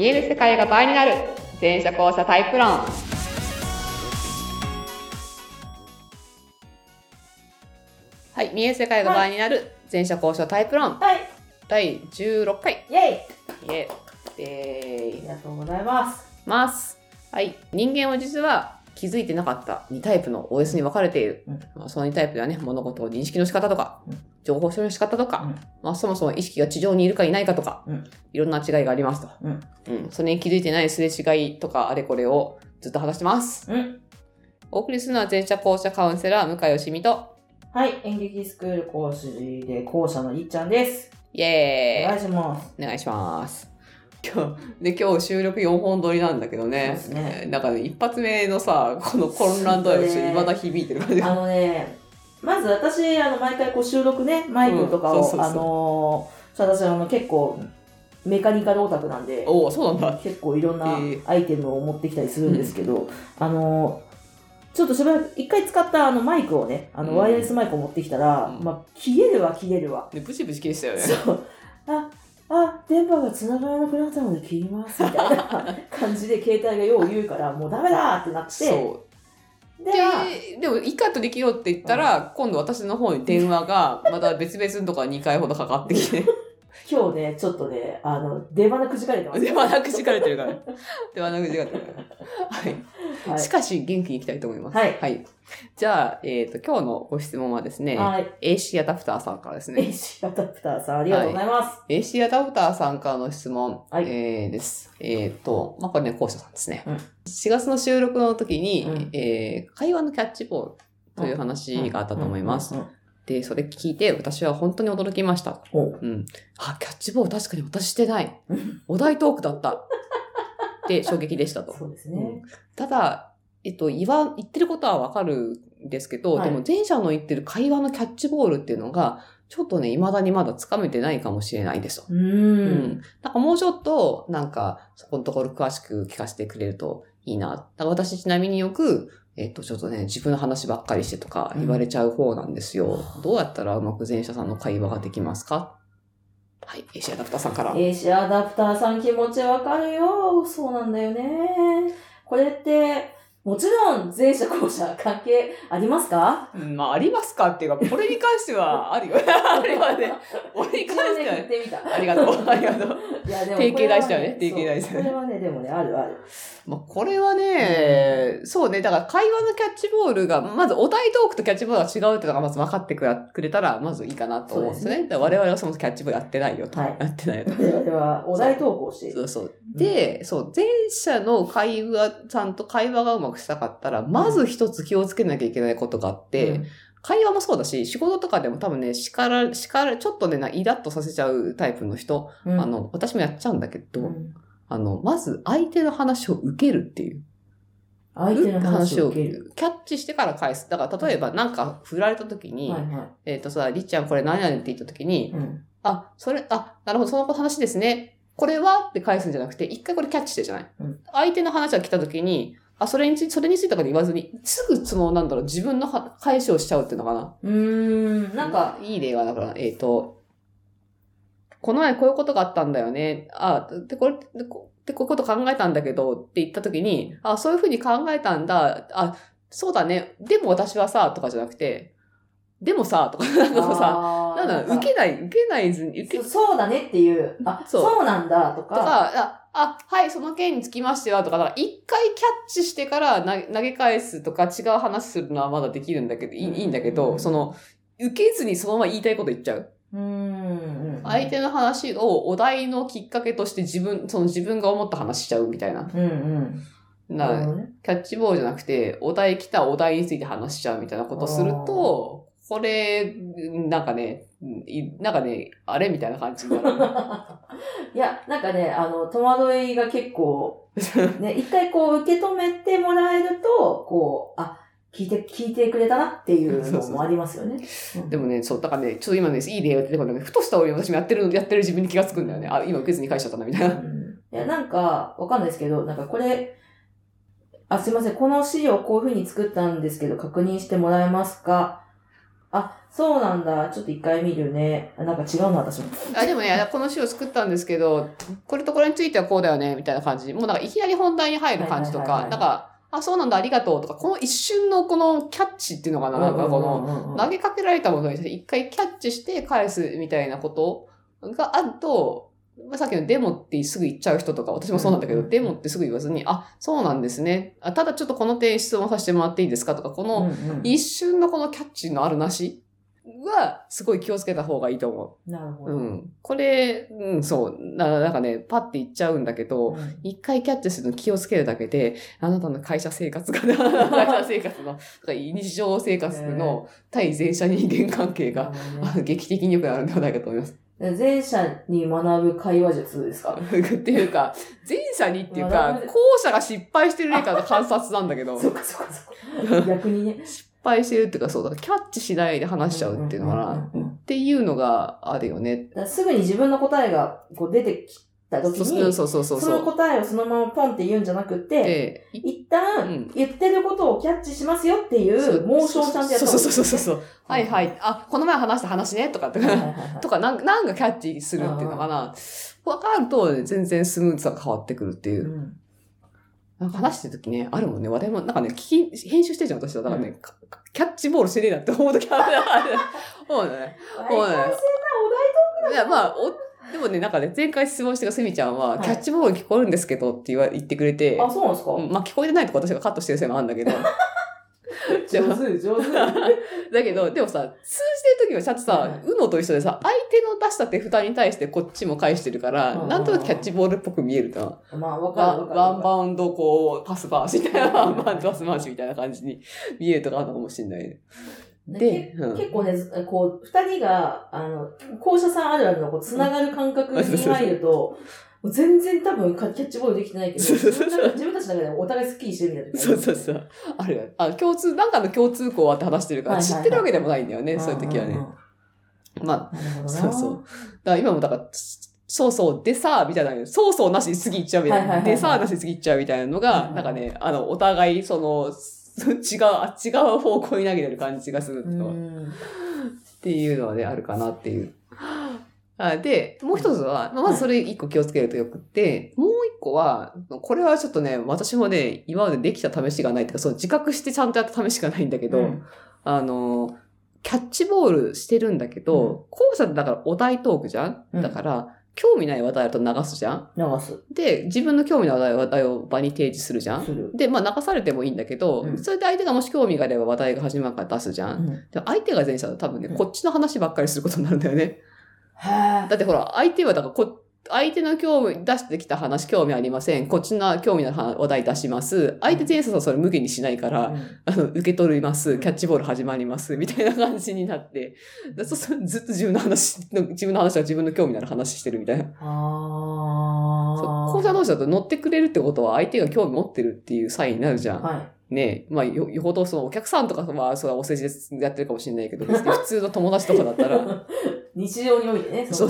見える世界が倍になる全社交差タイプ論。はい、見える世界が倍になる全社交差タイプ論、 はい、 第16回。 イエイ、 イエイ、 ありがとうございます。 はい、人間は実は気づいてなかった2タイプの OS に分かれている。その2タイプではね、物事を認識の仕方とか、情報処理の仕方とか、そもそも意識が地上にいるかいないかとか、いろんな違いがありますと。それに気づいてないすれ違いとかあれこれをずっと話してます。お送りするのは前者後者カウンセラー向井よしみと、 はい、演劇スクール講師で講師のいっちゃんです。 イエーイ。 お願いします。 お願いします。今日収録4本撮りなんだけどね。 そうですね。 なんかね、一発目のさ、この混乱度合いが未だ響いてる感じ。 まず私、毎回収録ね、マイクとかを、私結構、メカニカルオタクなんで、 そうなんだ。 結構いろんなアイテムを持ってきたりするんですけど、ちょっとしばらく、一回使ったマイクをね、ワイヤレスマイクを持ってきたら、切れるわ。 で、ブチブチ切れてたよね。 そう。電波が繋がらなくなったので切ります、みたいな感じで携帯がよう言うから、もうダメだってなって。 そう。でも、いいカットできようって言ったら、今度私の方に電話が、また別々のとこ2回ほどかかってきて。 今日ね、ちょっとね、出花くじかれてます。 出花くじかれてるから。出花くじかれてるから。はい。しかし、元気に行きたいと思います。 はい。 はい。じゃあ、今日のご質問はですね、AC アダプターさんからですね。 AC アダプターさん、ありがとうございます。 AC アダプターさんからの質問、です。これね、講師さんですね。4月の収録の時に、会話のキャッチボールという話があったと思います。で、それ聞いて、私は本当に驚きました。キャッチボール確かに私してない。お題トークだった。って衝撃でしたと。 そうですね。 ただ、言ってることはわかるんですけど、でも前者の言ってる会話のキャッチボールっていうのが、ちょっとね、未だにまだつかめてないかもしれないですと。なんかもうちょっと、そこのところ詳しく聞かせてくれるといいな。だから私ちなみによく、ちょっとね、自分の話ばっかりしてとか言われちゃう方なんですよ。どうやったらうまく前者さんの会話ができますか？はい、AC アダプターさんから。 AC アダプターさん気持ちわかるよ。そうなんだよね。これって、もちろん前者後者関係ありますか？ ありますかっていうか、これに関してはあるよ。あれはね、俺に関しては、 言ってみた。 ありがとう。いやでも定型大事だよね。定型大事だよね。 これはね、でもね、あるある。 これはね、そうね、だから会話のキャッチボールが、まずお題トークとキャッチボールが違うっていうのがまず分かってくれたら、まずいいかなと思うんですね。我々はそもそもキャッチボールやってないよと。やってないよと。 我々はお題トークをしている。 そう。で、前者の会話、ちゃんと会話がうまくしたかったら、まず一つ気をつけなきゃいけないことがあって、会話もそうだし、仕事とかでも多分ね、ちょっとね、イラッとさせちゃうタイプの人、私もやっちゃうんだけど、まず相手の話を受けるっていう。 相手の話を受ける。 キャッチしてから返す。だから例えばなんか振られた時に、りっちゃんこれ何々って言った時に、なるほど、その話ですね。これはって返すんじゃなくて、一回これキャッチしてじゃない。相手の話が来た時に、それについてとかで言わずに、すぐ自分の返しをしちゃうっていうのかな。 なんか、 いい例がだから、この前こういうことがあったんだよね。こういうこと考えたんだけどって言った時に、そういうふうに考えたんだ。そうだね。でも私はさ、とかじゃなくて、でもさ、とか、受けないずに、 そうだねっていう、そうなんだ、とか。 はい、その件につきましては、とか、一回キャッチしてから投げ返すとか違う話するのはまだできるんだけど、いいんだけど、受けずにそのまま言いたいこと言っちゃう。相手の話をお題のきっかけとして自分が思った話しちゃうみたいな。キャッチボールじゃなくて、お題来たお題について話しちゃうみたいなことすると、これ、あれみたいな感じになる。 いや、戸惑いが結構、ね、一回受け止めてもらえると、聞いてくれたなっていうのもありますよね。 でもね、だからね、ちょっと今ね、いい例が出てこないけど、ふとした折に私もやってる自分に気がつくんだよね。今受けずに返しちゃったな、みたいな。 いや、わかんないですけど、これ、すいません、この資料こういう風に作ったんですけど、確認してもらえますか？ そうなんだ。ちょっと一回見るね。なんか違うの私も。 でもね、この詩を作ったんですけど、これとこれについてはこうだよね、みたいな感じ。もうなんかいきなり本題に入る感じとか、なんか、あ、そうなんだ、ありがとうとか、この一瞬のこのキャッチっていうのかな、なんかこの、投げかけられたものに一回キャッチして返すみたいなことがあると、さっきのデモってすぐ言っちゃう人とか、私もそうなんだけど、デモってすぐ言わずに、あ、そうなんですね。ただちょっとこの点質問させてもらっていいですかとか、この一瞬のこのキャッチのあるなしは、すごい気をつけた方がいいと思う。なるほど。 これ、そう。なんかね、パッて言っちゃうんだけど、一回キャッチするの気をつけるだけで、あなたの会社生活が、会社生活の、日常生活の対前者人間関係が、劇的に良くなるんではないかと思います。 前者に学ぶ会話術ですかっていうか、前者にっていうか、後者が失敗してる例かの観察なんだけど。 そっか。逆にね。 失敗してるっていうか、そうだ、キャッチしないで話しちゃうっていうのかな。っていうのがあるよね。 すぐに自分の答えがこう出てきた時に、その答えをそのままポンって言うんじゃなくて、一旦言ってることをキャッチしますよっていうモーションをちゃんとやった方がいい。 そう。はいはい。あ、この前話した話ねとか、とかなんかキャッチするっていうのかな。わかると、ね、全然スムーズさが変わってくるっていう。なんか話してるときね、あるもんね。私もなんかね、編集してるじゃん、私は。だからね、キャッチボールしてねえなって思うときある。もうね。いや、まあ、でもね、なんかね、前回質問してたすみちゃんは、キャッチボール聞こえるんですけどって言ってくれて。 あ、そうなんですか？ まあ、聞こえてないとか私がカットしてるせいもあるんだけど。 上手。 だけど、でもさ、通じてるときはちゃんとさ、UNO と一緒でさ、相手の出した手札に対してこっちも返してるから、なんとなくキャッチボールっぽく見えると。 まあ、わかる。 ワンバウンド、こう、パス回しみたいな、ワンバウンドパス回しみたいな感じに見えるとかあるのかもしれないね。 で、結構ね、こう、二人が、校舎さんあるあるの、こう、つながる感覚に入ると、全然多分キャッチボールできてないけど、自分たちの中でお互いスッキリしてるみたいな時そう。あるよ。なんかの共通項はって話してるから、知ってるわけでもないんだよね、そういう時はね。まあ、そう。だから今もだから、そう、でさ、みたいな、そうなしに次行っちゃうみたいな。でさ、なしに次行っちゃうみたいなのが、なんかね、お互い、違う方向に投げてる感じがするっていうのはね、あるかなっていう。で、もう一つは、まずそれ一個気をつけるとよくって、もう一個は、これはちょっとね、私もね、今までできた試しがないっていうか、自覚してちゃんとやった試しがないんだけど、キャッチボールしてるんだけど、後者ってだからお題トークじゃん、だから、興味ない話題だと流すじゃん流す。 で、自分の興味の話題を場に提示するじゃんで、まあ流されてもいいんだけど、それで相手がもし興味があれば話題が始まるから出すじゃん。で相手が前者だと多分ね、こっちの話ばっかりすることになるんだよね。だってほら、相手はだから相手の興味、出してきた話興味ありません。こっちの興味の話題出します。相手前者はそれ無限にしないから、受け取ります。キャッチボール始まります。みたいな感じになって、ずっと自分の話は自分の興味のある話してるみたいな。講座同士だと乗ってくれるってことは相手が興味持ってるっていうサインになるじゃん。ねえ、まあ、よほどお客さんとかは、それはお世辞でやってるかもしれないけど、別に普通の友達とかだったら。 日常においてね。 そう。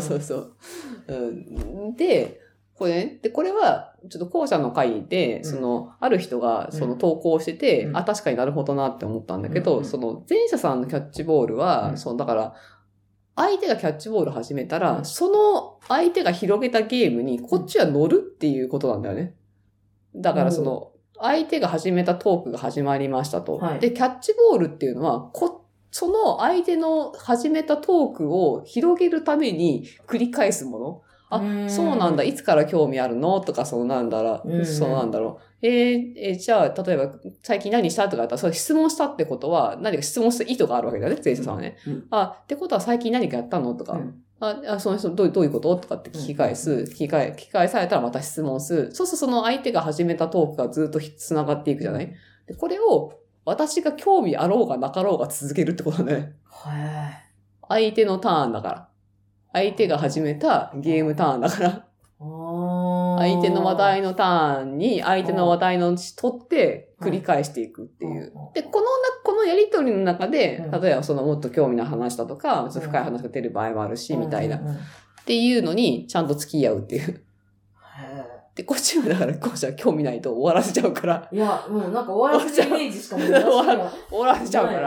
で、これは、ちょっと後者の回で、ある人が、投稿してて、確かになるほどなって思ったんだけど、前者さんのキャッチボールは、だから、相手がキャッチボール始めたら、その相手が広げたゲームに、こっちは乗るっていうことなんだよね。だから相手が始めたトークが始まりましたと。で、キャッチボールっていうのは、その相手の始めたトークを広げるために繰り返すもの。あ、そうなんだ。いつから興味あるのとか、そうなんだろう。じゃあ、例えば、最近何したとかだったら、それ質問したってことは、何か質問した意図があるわけだよね、前者さんはね。ってことは最近何かやったのとか。その人どういうこととかって聞き返されたらまた質問する。そうするとその相手が始めたトークがずっと繋がっていくじゃない？でこれを私が興味あろうがなかろうが続けるってことだね。相手のターンだから。相手が始めたゲームターンだから。相手の話題のターンに相手の話題の取って繰り返していくっていう。で、このやりとりの中で、例えばもっと興味の話だとか、ちょっと深い話が出る場合もあるし、みたいな。っていうのにちゃんと付き合うっていう。で、こっちはだから、こうじゃ興味ないと終わらせちゃうから。 いや、もうなんか終わらせるイメージしかもない。 終わらせちゃうから。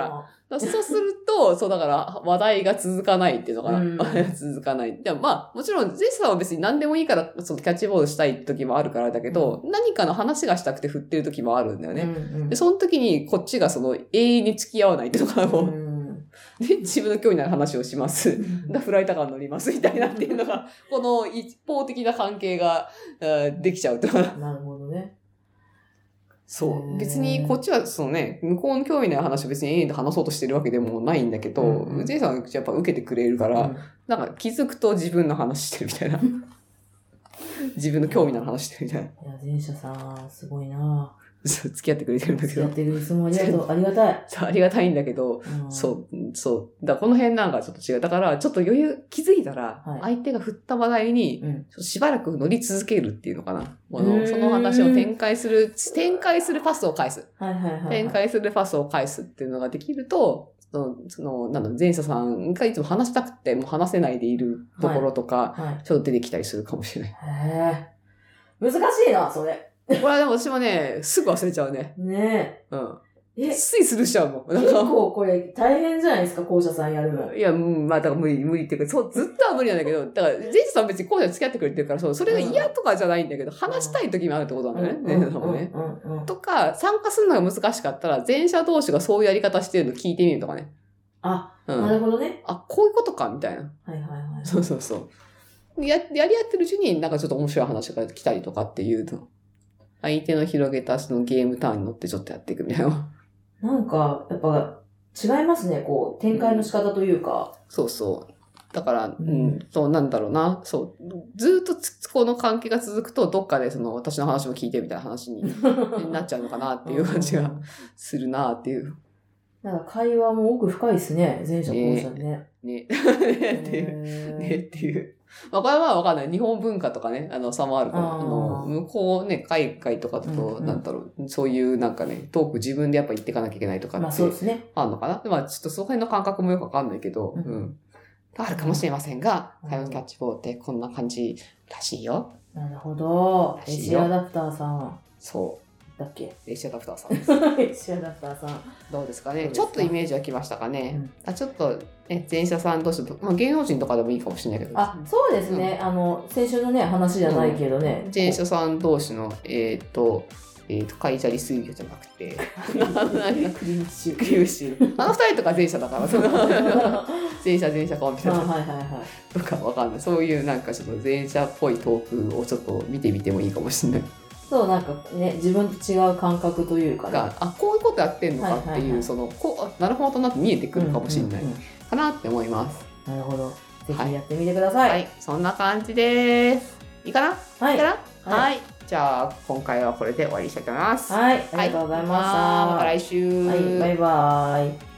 そうすると、そうだから話題が続かないっていうのかな。話題が続かない。でもまあ、もちろん、ゼイさんは別に何でもいいから、そのキャッチボールしたい時もあるからだけど、何かの話がしたくて振ってる時もあるんだよね。で、その時にこっちがその永遠に付き合わないっていうのかな、もう。で、自分の興味のある話をします。フライト感乗りますみたいなっていうのが、この一方的な関係ができちゃうと。 なるほどね。 そう。別にこっちはそのね、向こうの興味のある話を別に永遠で話そうとしてるわけでもないんだけど、ジェイさんはやっぱ受けてくれるから、なんか気づくと自分の話してるみたいな。自分の興味のある話してるみたいな。 いや、前者さん、すごいな付き合ってくれてるんだけど。 付き合ってくれる。いつもありがとう。ありがたい。 そう、ありがたいんだけど、そう。だからこの辺なんかちょっと違う。だから、ちょっと余裕、気づいたら、相手が振った話題に、しばらく乗り続けるっていうのかな。その話を展開するパスを返す。展開するパスを返すっていうのができると、前者さんがいつも話したくても話せないでいるところとか、ちょっと出てきたりするかもしれない。 難しいな、それ。 これはでも私もね、すぐ忘れちゃうね。 ねえ。ついスルーしちゃうもん。 結構これ大変じゃないですか、校舎さんやるの。 いや、まあだから無理っていうか、ずっとは無理なんだけど、だから、ジェイさん別に校舎付き合ってくれてるから、それが嫌とかじゃないんだけど、話したい時もあるってことなんだね。ジェイさんもね。とか、参加するのが難しかったら、前者同士がそういうやり方してるの聞いてみるとかね。 なるほどね。 こういうことか、みたいな。そう。やり合ってるうちになんかちょっと面白い話が来たりとかっていうと。相手の広げたそのゲームターンに乗ってちょっとやっていくみたいな。 なんか、やっぱ違いますね、こう、展開の仕方というか。 そう。だから、そうなんだろうな。そう。ずっとこの関係が続くと、どっかで私の話も聞いてみたいな話になっちゃうのかなっていう感じがするなっていう。 なんか会話も奥深いですね、前者後者ね。 ねっていう。まあ、これはわかんない。日本文化とかね、差もあるから、向こうね、海外とかだと、なんだろう、そういうなんかね、トーク自分でやっぱ言っていかなきゃいけないとかって、 そうですね。 あるのかな。まあ、ちょっとその辺の感覚もよくわかんないけど、あるかもしれませんが、会話のキャッチボールってこんな感じらしいよ。 なるほど。エシアダプターさん。 そう。 だっけエシアダプターさん。 エシアダプターさん。 どうですかね。ちょっとイメージはきましたかね。ちょっと、ね、前者さん同士と、まあ芸能人とかでもいいかもしれないけど。 そうですね。先週のね、話じゃないけどね。 前者さん同士の、カイジャリ水魚じゃなくて、クリームシュー。二人とか前者だから、前者かみたいな。とかわかんない。そういうなんかちょっと前者っぽいトークをちょっと見てみてもいいかもしれない。 そう、なんかね、自分と違う感覚というかね。 こういうことやってんのかっていう、なるほどなって見えてくるかもしれないかなって思います。 なるほど。ぜひやってみてください。 はい、そんな感じです。いいかな？ はい。 はい。じゃあ、今回はこれで終わりにしたいと思います。 はい。ありがとうございました。 また来週。 はい、バイバイ。